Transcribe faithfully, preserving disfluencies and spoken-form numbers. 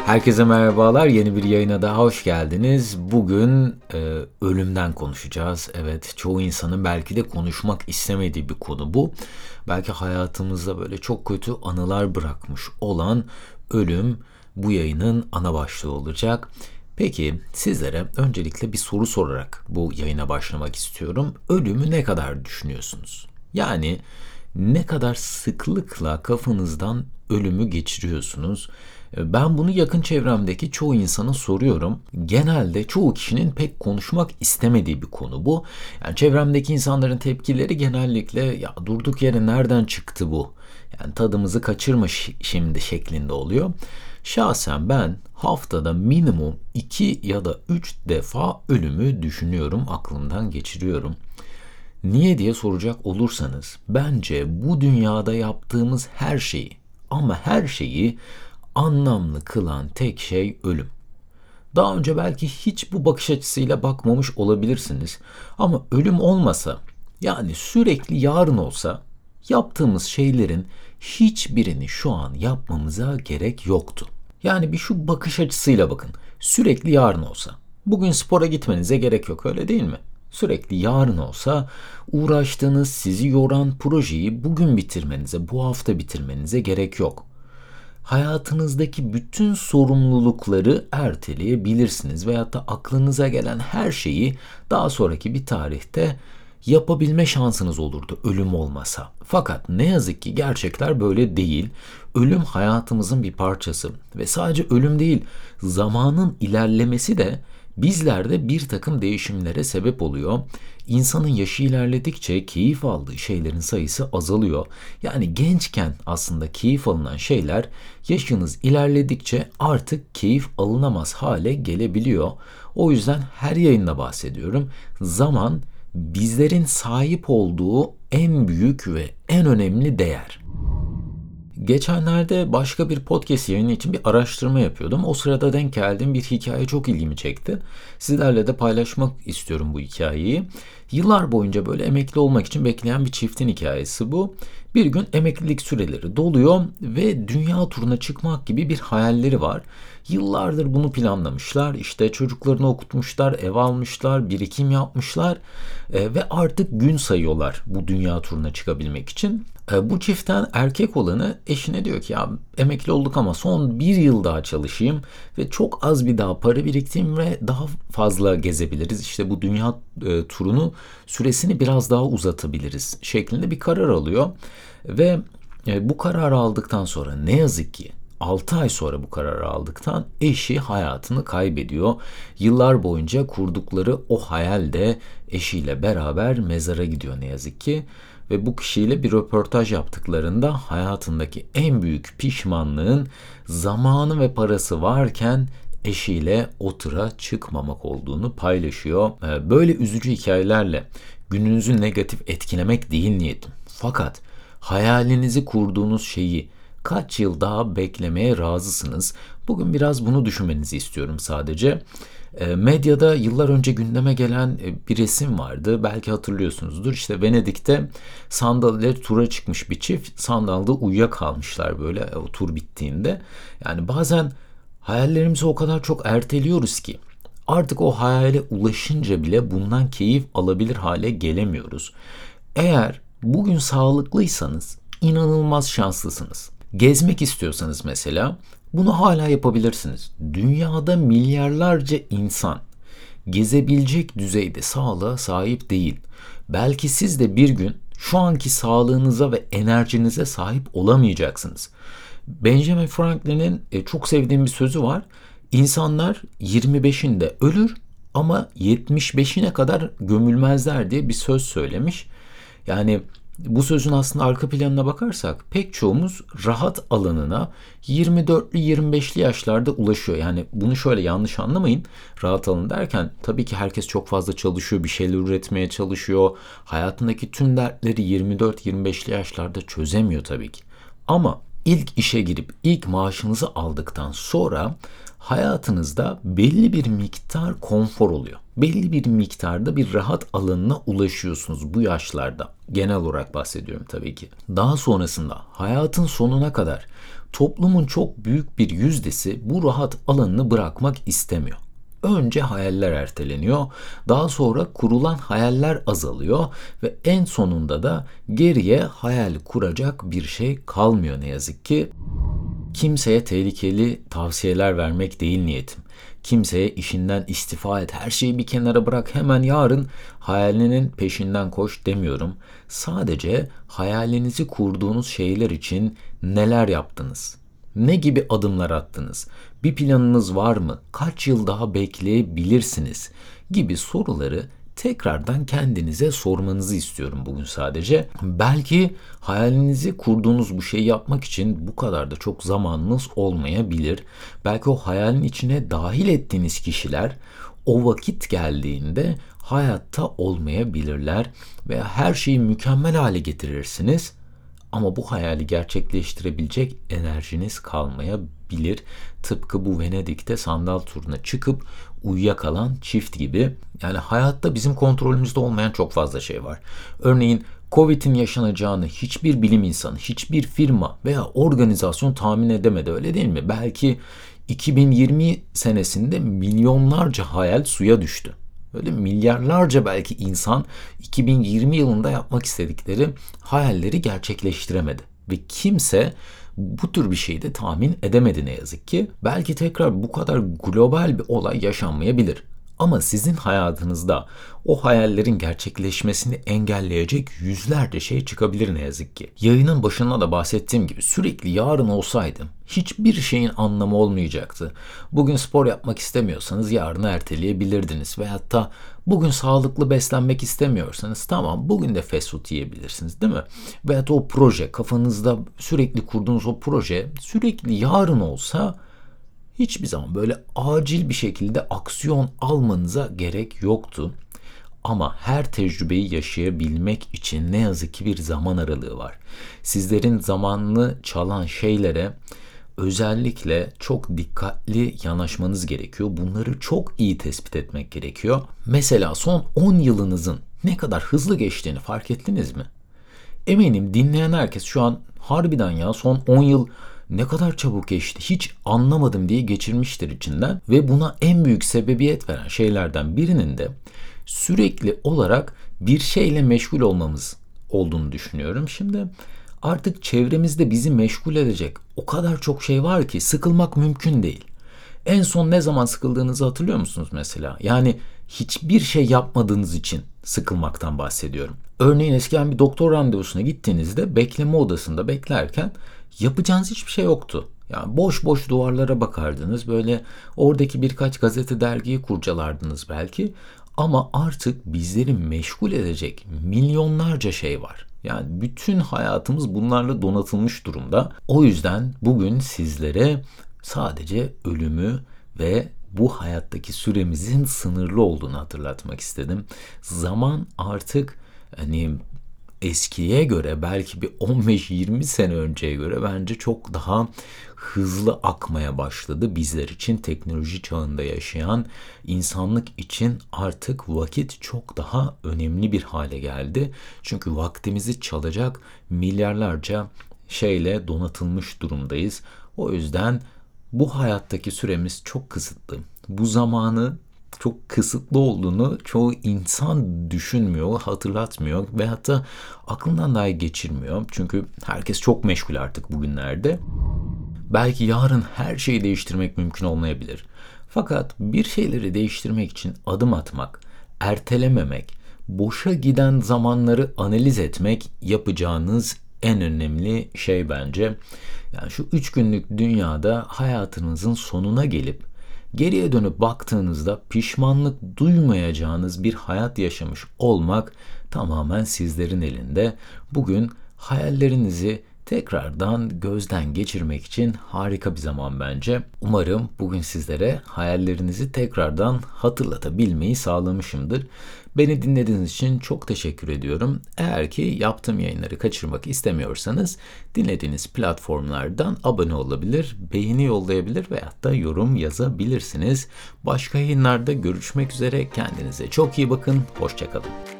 Herkese merhabalar. Yeni bir yayına daha hoş geldiniz. Bugün e, ölümden konuşacağız. Evet, çoğu insanın belki de konuşmak istemediği bir konu bu. Belki hayatımızda böyle çok kötü anılar bırakmış olan ölüm bu yayının ana başlığı olacak. Peki sizlere öncelikle bir soru sorarak bu yayına başlamak istiyorum. Ölümü ne kadar düşünüyorsunuz? Yani ne kadar sıklıkla kafanızdan ölümü geçiriyorsunuz? Ben bunu yakın çevremdeki çoğu insana soruyorum. Genelde çoğu kişinin pek konuşmak istemediği bir konu bu. Yani çevremdeki insanların tepkileri genellikle ya durduk yere nereden çıktı bu? Yani tadımızı kaçırma şimdi şeklinde oluyor. Şahsen ben haftada minimum iki ya da üç defa ölümü düşünüyorum, aklımdan geçiriyorum. Niye diye soracak olursanız, bence bu dünyada yaptığımız her şeyi ama her şeyi anlamlı kılan tek şey ölüm. Daha önce belki hiç bu bakış açısıyla bakmamış olabilirsiniz. Ama ölüm olmasa, yani sürekli yarın olsa, yaptığımız şeylerin hiçbirini şu an yapmamıza gerek yoktu. Yani bir şu bakış açısıyla bakın. Sürekli yarın olsa. Bugün spora gitmenize gerek yok, öyle değil mi? Sürekli yarın olsa uğraştığınız, sizi yoran projeyi bugün bitirmenize, bu hafta bitirmenize gerek yok. Hayatınızdaki bütün sorumlulukları erteleyebilirsiniz veyahut da aklınıza gelen her şeyi daha sonraki bir tarihte yapabilme şansınız olurdu ölüm olmasa. Fakat ne yazık ki gerçekler böyle değil. Ölüm hayatımızın bir parçası ve sadece ölüm değil, zamanın ilerlemesi de bizlerde bir takım değişimlere sebep oluyor. İnsanın yaşı ilerledikçe keyif aldığı şeylerin sayısı azalıyor. Yani gençken aslında keyif alınan şeyler yaşınız ilerledikçe artık keyif alınamaz hale gelebiliyor. O yüzden her yayında bahsediyorum. Zaman bizlerin sahip olduğu en büyük ve en önemli değer. Geçenlerde başka bir podcast yayını için bir araştırma yapıyordum. O sırada denk geldiğim bir hikaye çok ilgimi çekti. Sizlerle de paylaşmak istiyorum bu hikayeyi. Yıllar boyunca böyle emekli olmak için bekleyen bir çiftin hikayesi bu. Bir gün emeklilik süreleri doluyor ve dünya turuna çıkmak gibi bir hayalleri var. Yıllardır bunu planlamışlar. İşte çocuklarını okutmuşlar, ev almışlar, birikim yapmışlar e, ve artık gün sayıyorlar bu dünya turuna çıkabilmek için. E, bu çiftten erkek olanı eşine diyor ki ya emekli olduk ama son bir yıl daha çalışayım ve çok az bir daha para biriktireyim ve daha fazla gezebiliriz. İşte bu dünya e, turunu süresini biraz daha uzatabiliriz şeklinde bir karar alıyor. Ve e, bu kararı aldıktan sonra ne yazık ki altı ay sonra bu kararı aldıktan eşi hayatını kaybediyor. Yıllar boyunca kurdukları o hayal de eşiyle beraber mezara gidiyor ne yazık ki. Ve bu kişiyle bir röportaj yaptıklarında hayatındaki en büyük pişmanlığın zamanı ve parası varken eşiyle o tura çıkmamak olduğunu paylaşıyor. Böyle üzücü hikayelerle gününüzü negatif etkilemek değil niyetim. Fakat hayalinizi kurduğunuz şeyi kaç yıl daha beklemeye razısınız? Bugün biraz bunu düşünmenizi istiyorum sadece. E, medyada yıllar önce gündeme gelen e, bir resim vardı. Belki hatırlıyorsunuzdur. İşte Venedik'te sandalye tura çıkmış bir çift. Sandalda uyuyakalmışlar böyle o tur bittiğinde. Yani bazen hayallerimizi o kadar çok erteliyoruz ki artık o hayale ulaşınca bile bundan keyif alabilir hale gelemiyoruz. Eğer bugün sağlıklıysanız inanılmaz şanslısınız. Gezmek istiyorsanız mesela bunu hala yapabilirsiniz. Dünyada milyarlarca insan gezebilecek düzeyde sağlığa sahip değil. Belki siz de bir gün şu anki sağlığınıza ve enerjinize sahip olamayacaksınız. Benjamin Franklin'in e, çok sevdiğim bir sözü var. İnsanlar yirmi beşinde ölür ama yetmiş beşine kadar gömülmezler diye bir söz söylemiş. Yani bu sözün aslında arka planına bakarsak pek çoğumuz rahat alanına yirmi dörtlü yirmi beşli yaşlarda ulaşıyor. Yani bunu şöyle yanlış anlamayın. Rahat alanı derken tabii ki herkes çok fazla çalışıyor, bir şeyler üretmeye çalışıyor. Hayatındaki tüm dertleri yirmi dört yirmi beşli yaşlarda çözemiyor tabii ki. Ama ilk işe girip ilk maaşınızı aldıktan sonra hayatınızda belli bir miktar konfor oluyor. Belli bir miktarda bir rahat alanına ulaşıyorsunuz bu yaşlarda. Genel olarak bahsediyorum tabii ki. Daha sonrasında hayatın sonuna kadar Toplumun çok büyük bir yüzdesi bu rahat alanını bırakmak istemiyor. Önce hayaller erteleniyor, daha sonra kurulan hayaller azalıyor ve en sonunda da geriye hayal kuracak bir şey kalmıyor ne yazık ki. Kimseye tehlikeli tavsiyeler vermek değil niyetim. Kimseye işinden istifa et, her şeyi bir kenara bırak, hemen yarın hayalinin peşinden koş demiyorum. Sadece hayalinizi kurduğunuz şeyler için neler yaptınız? Ne gibi adımlar attınız? Bir planınız var mı? Kaç yıl daha bekleyebilirsiniz? Gibi soruları tekrardan kendinize sormanızı istiyorum bugün sadece. Belki hayalinizi kurduğunuz bu şeyi yapmak için bu kadar da çok zamanınız olmayabilir. Belki o hayalin içine dahil ettiğiniz kişiler o vakit geldiğinde hayatta olmayabilirler veya her şeyi mükemmel hale getirirsiniz. Ama bu hayali gerçekleştirebilecek enerjiniz kalmayabilir. Tıpkı bu Venedik'te sandal turuna çıkıp uyuyakalan çift gibi. Yani hayatta bizim kontrolümüzde olmayan çok fazla şey var. Örneğin Covid'in yaşanacağını hiçbir bilim insanı, hiçbir firma veya organizasyon tahmin edemedi, öyle değil mi? Belki iki bin yirmi senesinde milyonlarca hayal suya düştü. Öyle milyarlarca belki insan iki bin yirmi yılında yapmak istedikleri hayalleri gerçekleştiremedi. Ve kimse bu tür bir şeyi de tahmin edemedi ne yazık ki. Belki tekrar bu kadar global bir olay yaşanmayabilir. Ama sizin hayatınızda o hayallerin gerçekleşmesini engelleyecek yüzlerce şey çıkabilir ne yazık ki. Yayının başında da bahsettiğim gibi sürekli yarın olsaydım hiçbir şeyin anlamı olmayacaktı. Bugün spor yapmak istemiyorsanız yarına erteleyebilirdiniz. Veyahut da bugün sağlıklı beslenmek istemiyorsanız tamam bugün de fast food yiyebilirsiniz, değil mi? Veyahut o proje, kafanızda sürekli kurduğunuz o proje sürekli yarın olsa hiçbir zaman böyle acil bir şekilde aksiyon almanıza gerek yoktu. Ama her tecrübeyi yaşayabilmek için ne yazık ki bir zaman aralığı var. Sizlerin zamanını çalan şeylere özellikle çok dikkatli yanaşmanız gerekiyor. Bunları çok iyi tespit etmek gerekiyor. Mesela son on yılınızın ne kadar hızlı geçtiğini fark ettiniz mi? Eminim dinleyen herkes şu an harbiden ya son on yıl ne kadar çabuk geçti, hiç anlamadım diye geçirmiştir içinden ve buna en büyük sebebiyet veren şeylerden birinin de sürekli olarak bir şeyle meşgul olmamız olduğunu düşünüyorum. Şimdi artık çevremizde bizi meşgul edecek o kadar çok şey var ki sıkılmak mümkün değil. En son ne zaman sıkıldığınızı hatırlıyor musunuz mesela? Yani hiçbir şey yapmadığınız için sıkılmaktan bahsediyorum. Örneğin eskiden bir doktor randevusuna gittiğinizde bekleme odasında beklerken yapacağınız hiçbir şey yoktu. Yani boş boş duvarlara bakardınız. Böyle oradaki birkaç gazete dergiyi kurcalardınız belki. Ama artık bizleri meşgul edecek milyonlarca şey var. Yani bütün hayatımız bunlarla donatılmış durumda. O yüzden bugün sizlere sadece ölümü ve bu hayattaki süremizin sınırlı olduğunu hatırlatmak istedim. Zaman artık hani eskiye göre belki bir on beş yirmi sene önceye göre bence çok daha hızlı akmaya başladı. Bizler için teknoloji çağında yaşayan insanlık için artık vakit çok daha önemli bir hale geldi. Çünkü vaktimizi çalacak milyarlarca şeyle donatılmış durumdayız. O yüzden bu hayattaki süremiz çok kısıtlı. Bu zamanı çok kısıtlı olduğunu çoğu insan düşünmüyor, hatırlatmıyor ve hatta aklından dahi geçirmiyor. Çünkü herkes çok meşgul artık bugünlerde. Belki yarın her şeyi değiştirmek mümkün olmayabilir. Fakat bir şeyleri değiştirmek için adım atmak, ertelememek, boşa giden zamanları analiz etmek yapacağınız en önemli şey bence. Yani şu üç günlük dünyada hayatınızın sonuna gelip geriye dönüp baktığınızda pişmanlık duymayacağınız bir hayat yaşamış olmak tamamen sizlerin elinde. Bugün hayallerinizi tekrardan gözden geçirmek için harika bir zaman bence. Umarım bugün sizlere hayallerinizi tekrardan hatırlatabilmeyi sağlamışımdır. Beni dinlediğiniz için çok teşekkür ediyorum. Eğer ki yaptığım yayınları kaçırmak istemiyorsanız dinlediğiniz platformlardan abone olabilir, beğeni yollayabilir veyahut da yorum yazabilirsiniz. Başka yayınlarda görüşmek üzere. Kendinize çok iyi bakın. Hoşça kalın.